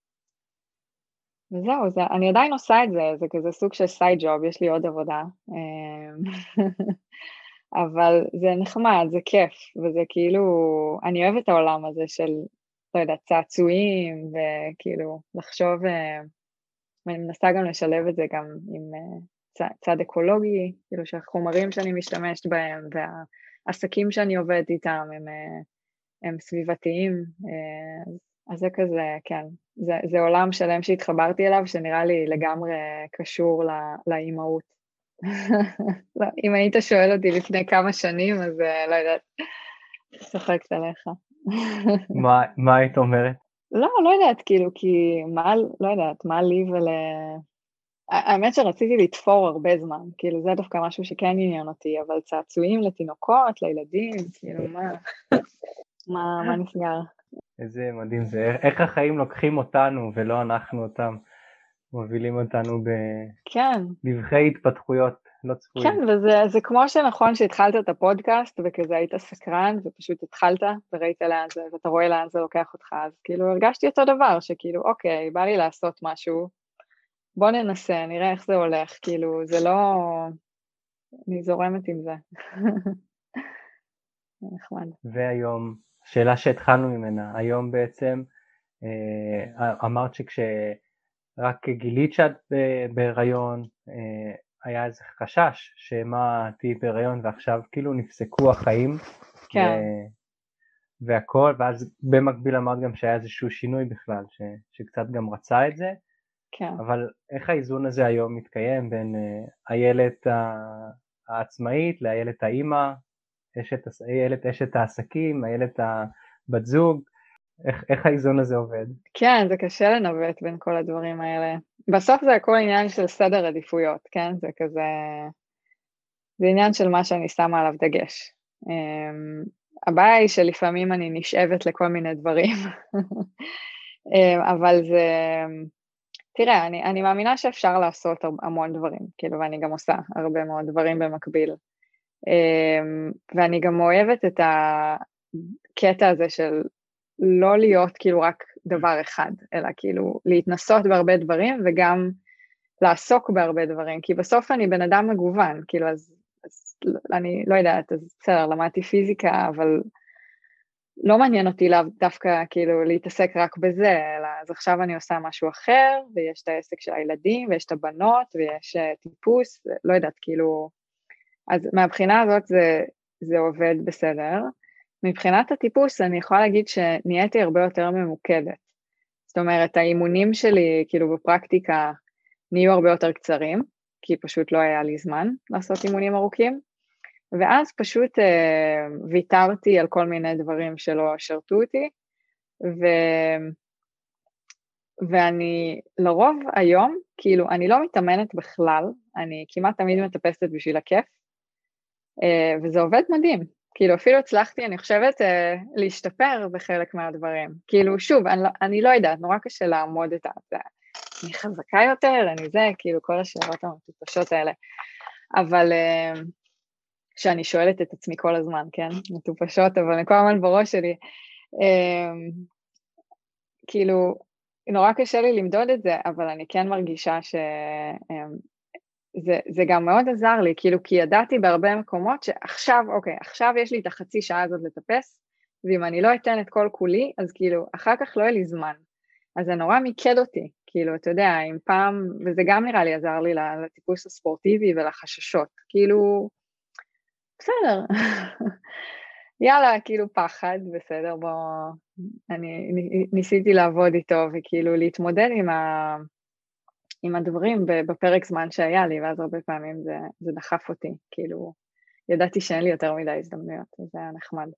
וזהו, זה, אני עדיין עושה את זה, זה כזה סוג של סייד ג'וב, יש לי עוד עבודה, um, אבל זה נחמד, זה כיף, וזה כאילו, אני אוהבת את העולם הזה של, לא יודע, צעצועים, וכאילו לחשוב, uh, ואני מנסה גם לשלב את זה גם עם צד, צד אקולוגי, כאילו שהחומרים שאני משתמשת בהם והעסקים שאני עובדת איתם הם, הם סביבתיים, אז זה כזה, כן, זה, זה עולם שלם שהתחברתי אליו שנראה לי לגמרי קשור לא, לאימהות. לא, אם היית שואל אותי לפני כמה שנים, אז לא יודעת, צוחקת עליך. מה, מה היית אומרת? לא, לא יודעת, כאילו, כי מה, לא יודעת, מה לי ול... האמת שרציתי לתפור הרבה זמן, כאילו, זה דווקא משהו שכן עניין אותי, אבל צעצועים לתינוקות, לילדים, כאילו, מה, מה, מה נסגר? איזה מדהים זה, איך החיים לוקחים אותנו ולא אנחנו אותם, מובילים אותנו בדבכי התפתחויות לא צפויים. כן, וזה זה כמו שנכון שהתחלת את הפודקאסט, וכזה היית סקרן, ופשוט התחלת, וראית לאן זה, ואתה רואה לאן זה לוקח אותך, אז כאילו הרגשתי אותו דבר, שכאילו, אוקיי, בא לי לעשות משהו, בוא ננסה, נראה איך זה הולך, כאילו, זה לא... אני זורמת עם זה. זה נחמד. והיום, שאלה שהתחלנו ממנה, היום בעצם אמרת שכשרק גילית שאת בהיריון, היה איזה חשש שמה תהי בהיריון, ועכשיו כאילו נפסקו החיים, כן. ו- והכל, ואז במקביל אמרת גם שהיה איזשהו שינוי בכלל, ש- שקצת גם רצה את זה. כן. אבל איך האיזון הזה היום מתקיים בין uh, הילד העצמאית לילד האימא, הילד אשת העסקים, הילד הבת זוג, איך, איך האיזון הזה עובד? כן, זה קשה לנווט בין כל הדברים האלה. בסוף זה הכל עניין של סדר עדיפויות, כן? זה כזה, זה עניין של מה שאני שמה עליו דגש. Um, הבעיה היא שלפעמים אני נשאבת לכל מיני דברים, um, אבל זה, תראה, אני, אני מאמינה שאפשר לעשות המון דברים, כאילו, ואני גם עושה הרבה מאוד דברים במקביל. Um, ואני גם אוהבת את הקטע הזה של לא להיות כאילו רק דבר אחד, אלא כאילו להתנסות בהרבה דברים וגם לעסוק בהרבה דברים, כי בסוף אני בן אדם מגוון, כאילו אז, אז אני לא יודעת, אז בסדר, למדתי פיזיקה, אבל לא מעניין אותי דווקא כאילו להתעסק רק בזה, אלא אז עכשיו אני עושה משהו אחר, ויש את העסק של הילדים, ויש את הבנות, ויש טיפוס, לא יודעת, כאילו, אז מהבחינה הזאת זה, זה עובד בסדר. מבחינת הטיפוס אני יכולה להגיד שנהייתי הרבה יותר ממוקדת. זאת אומרת, האימונים שלי כאילו בפרקטיקה נהיו הרבה יותר קצרים, כי פשוט לא היה לי זמן לעשות אימונים ארוכים, ואז פשוט אה, ויתרתי על כל מיני דברים שלא שרתו אותי, ו... ואני לרוב היום, כאילו אני לא מתאמנת בכלל, אני כמעט תמיד מטפסת בשביל הכיף, אה, וזה עובד מדהים. כאילו אפילו הצלחתי, אני חושבת, אה, להשתפר בחלק מהדברים. כאילו שוב, אני, אני לא יודעת, נורא קשה לעמוד את זה. אני חזקה יותר, אני זה, כאילו כל השאלות המטופשות האלה. אבל אה, שאני שואלת את עצמי כל הזמן, כן? מטופשות, אבל אני כל הזמן בראש שלי. אה, כאילו, נורא קשה לי למדוד את זה, אבל אני כן מרגישה ש... אה, זה, זה גם מאוד עזר לי, כאילו, כי ידעתי בהרבה מקומות שעכשיו, אוקיי, עכשיו יש לי את החצי שעה הזאת לטפס, ואם אני לא אתן את כל כולי, אז כאילו, אחר כך לא יהיה לי זמן. אז זה נורא מיקד אותי, כאילו, אתה יודע, אם פעם, וזה גם נראה לי עזר לי לטיפוס הספורטיבי ולחששות, כאילו, בסדר, יאללה, כאילו פחד, בסדר, בוא, אני ניסיתי לעבוד איתו, וכאילו להתמודד עם ה... עם הדברים בפרק זמן שהיה לי, ואז הרבה פעמים זה, זה דחף אותי, כאילו, ידעתי שאין לי יותר מדי הזדמנויות, זה היה נחמד.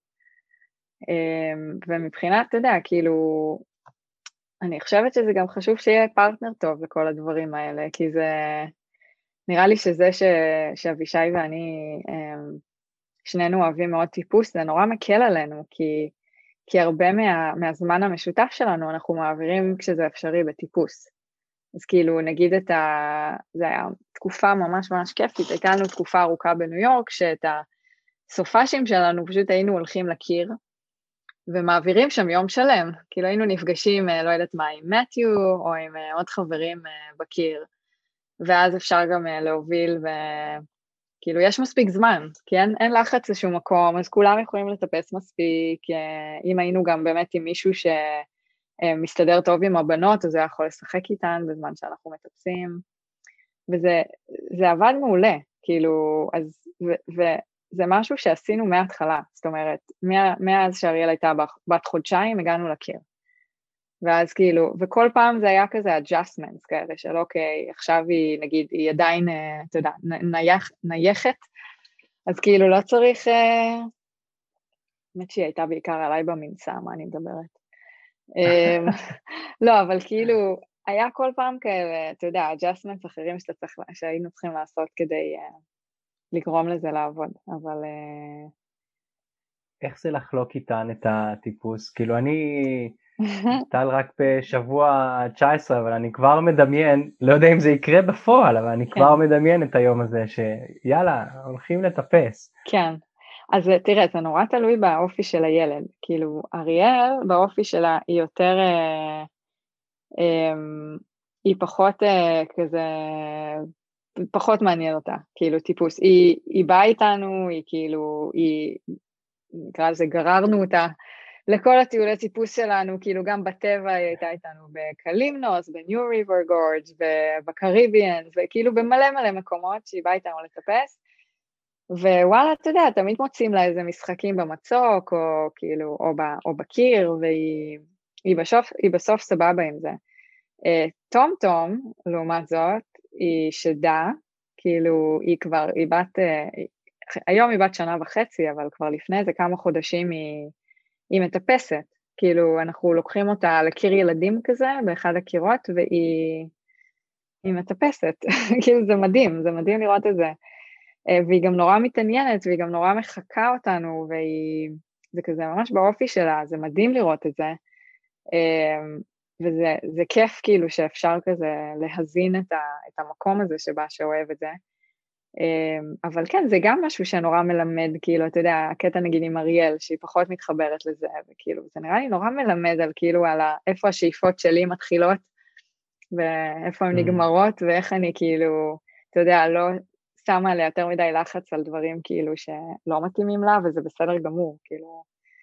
ומבחינת, אתה יודע, כאילו, אני חושבת שזה גם חשוב שיהיה פרטנר טוב לכל הדברים האלה, כי זה, נראה לי שזה ש, שאבישי ואני, שנינו אוהבים מאוד טיפוס, זה נורא מקל עלינו, כי, כי הרבה מה, מהזמן המשותף שלנו אנחנו מעבירים כשזה אפשרי בטיפוס. אז כאילו נגיד את ה... זה היה תקופה ממש ממש כיפית, הייתה לנו תקופה ארוכה בניו יורק, שאת הסופשים שלנו פשוט היינו הולכים לקיר, ומעבירים שם יום שלם, כאילו היינו נפגשים, לא יודעת מה, עם מתיו, או עם עוד חברים בקיר, ואז אפשר גם להוביל, וכאילו יש מספיק זמן, כי אין, אין לחץ לשום מקום, אז כולם יכולים לטפס מספיק, אם היינו גם באמת עם מישהו ש... מסתדר טוב עם הבנות, אז זה יכול לשחק איתן בזמן שאנחנו מטפסים, וזה זה עבד מעולה, כאילו, אז, ו, וזה משהו שעשינו מההתחלה, זאת אומרת, מה, מאז שאריאל הייתה בת חודשיים, הגענו לקיר, ואז כאילו, וכל פעם זה היה כזה adjustments כאלה, של אוקיי, עכשיו היא, נגיד, היא עדיין, אתה יודע, נייח, נייחת, אז כאילו לא צריך, באמת שהיא הייתה בעיקר עליי במנסה, מה אני מדברת, לא, אבל כאילו, היה כל פעם כאלה, אתה יודע, adjustments אחרים שהיינו צריכים לעשות כדי לגרום לזה לעבוד, אבל... איך זה לחלוק איתן את הטיפוס? כאילו אני, טל רק בשבוע תשע עשרה, אבל אני כבר מדמיין, לא יודע אם זה יקרה בפועל, אבל אני כבר מדמיין את היום הזה, שיאללה, הולכים לטפס. כן. אז תראה, זה נורא תלוי באופי של הילד, כאילו אריאל באופי שלה היא יותר, אה, אה, היא פחות אה, כזה, פחות מעניין אותה, כאילו טיפוס, היא, היא באה איתנו, היא כאילו, היא, נקרא לזה גררנו אותה לכל הטיולי טיפוס שלנו, כאילו גם בטבע היא הייתה איתנו בקלימנוס, בניו ריבר גורג', בקריביאן, וכאילו במלא מלא מקומות שהיא באה איתנו לטפס, ווואלה, אתה יודע, תמיד מוצאים לה איזה משחקים במצוק, או כאילו, או, ב, או בקיר, והיא היא בסוף, היא בסוף סבבה עם זה. תום תום, לעומת זאת, היא שדה, כאילו היא כבר, היא בת, היום היא בת שנה וחצי, אבל כבר לפני זה כמה חודשים היא, היא מטפסת, כאילו אנחנו לוקחים אותה לקיר ילדים כזה, באחד הקירות, והיא היא מטפסת, כאילו זה מדהים, זה מדהים לראות את זה, והיא גם נורא מתעניינת, והיא גם נורא מחכה אותנו, והיא, זה כזה ממש באופי שלה, זה מדהים לראות את זה, וזה זה כיף כאילו שאפשר כזה להזין את, ה, את המקום הזה שבה שאוהב את זה, אבל כן, זה גם משהו שנורא מלמד, כאילו, אתה יודע, הקטע נגיד עם אריאל, שהיא פחות מתחברת לזה, וכאילו, זה נראה לי נורא מלמד על כאילו, על איפה השאיפות שלי מתחילות, ואיפה הן נגמרות, ואיך אני כאילו, אתה יודע, לא שמה עליה יותר מדי לחץ על דברים כאילו שלא מתאימים לה, וזה בסדר גמור, כאילו,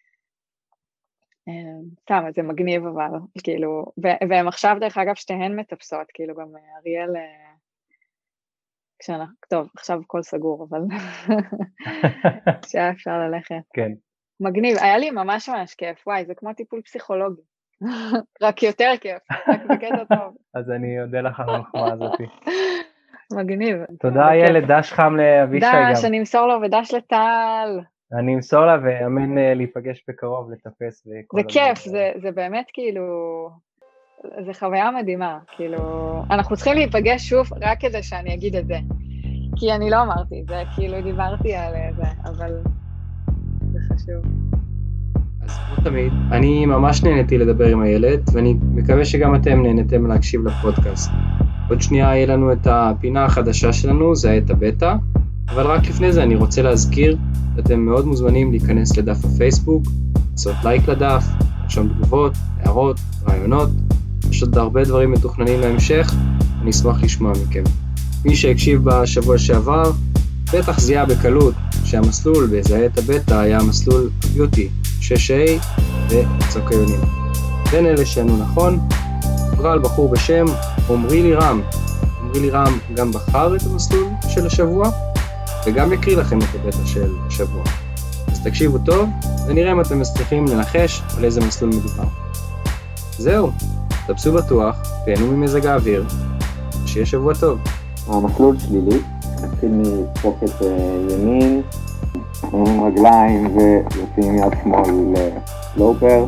סתם, זה מגניב אבל, כאילו, והם עכשיו דרך אגב שתיהן מטפסות, כאילו גם אריאל, כשאנחנו, טוב, עכשיו הכל סגור, אבל שהיה אפשר ללכת. כן. מגניב, היה לי ממש ממש כיף, וואי, זה כמו טיפול פסיכולוגי, רק יותר כיף, רק בקטע טוב. אז אני יודע לך על המחמאה הזאת. מגניב. תודה ילד, דש חם לאבישי גם. דש, אני אמסור לו ודש לטל. אני אמסור לה ואמן להיפגש בקרוב, לטפס וכל... זה כיף, זה, זה באמת כאילו, זה חוויה מדהימה, כאילו, אנחנו צריכים להיפגש שוב רק כדי שאני אגיד את זה, כי אני לא אמרתי את זה, כאילו דיברתי על זה, אבל זה חשוב. אז כמו תמיד, אני ממש נהניתי לדבר עם הילד, ואני מקווה שגם אתם נהניתם להקשיב לפודקאסט. עוד שנייה יהיה לנו את הפינה החדשה שלנו, זה את הבטא, אבל רק לפני זה אני רוצה להזכיר שאתם מאוד מוזמנים להיכנס לדף הפייסבוק, לעשות לייק לדף, לרשום תגובות, הערות, רעיונות, יש עוד הרבה דברים מתוכננים להמשך, אני אשמח לשמוע מכם. מי שהקשיב בשבוע שעבר, בטח זיהה בקלות שהמסלול בזהה את הבטא היה המסלול ביוטי, שש איי וצוק היונים. בין אלה שענו נכון, הוגרל על בחור בשם עומרי לירם. עומרי לירם גם בחר את המסלול של השבוע, וגם יקריא לכם את הבטא של השבוע. אז תקשיבו טוב, ונראה אם אתם מצליחים לנחש על איזה מסלול מדובר. זהו, תפסו בטוח, תהנו ממזג האוויר, ושיהיה שבוע טוב. המסלול שלילי, נתחיל מפוקט ימין, עם רגליים ויוצאים יד שמאל לסלופר,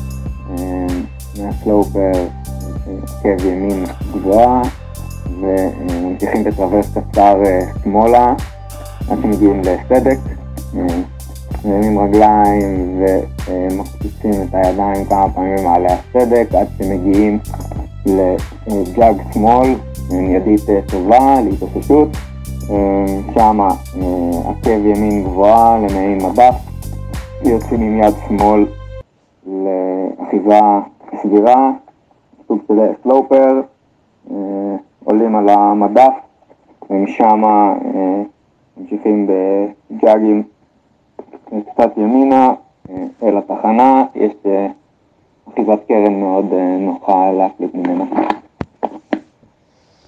מהסלופר עקב ימין גבוהה, וממשיכים בטרוורס קצר שמאלה, עד שמגיעים לסדק, עם רגליים ומקפיצים את הידיים כמה פעמים מעלה הסדק, עד שמגיעים לג'אג שמאל, ידית טובה, להתאוששות, שמה עקב ימין גבוהה למעין מדף, יוצאים עם יד שמאל לאחיזה סבירה, סוג של סלופר, עולים על המדף, ומשם ממשיכים בג'אגים קצת ימינה אל התחנה, יש אחיזת קרן מאוד נוחה להקליט ממנה.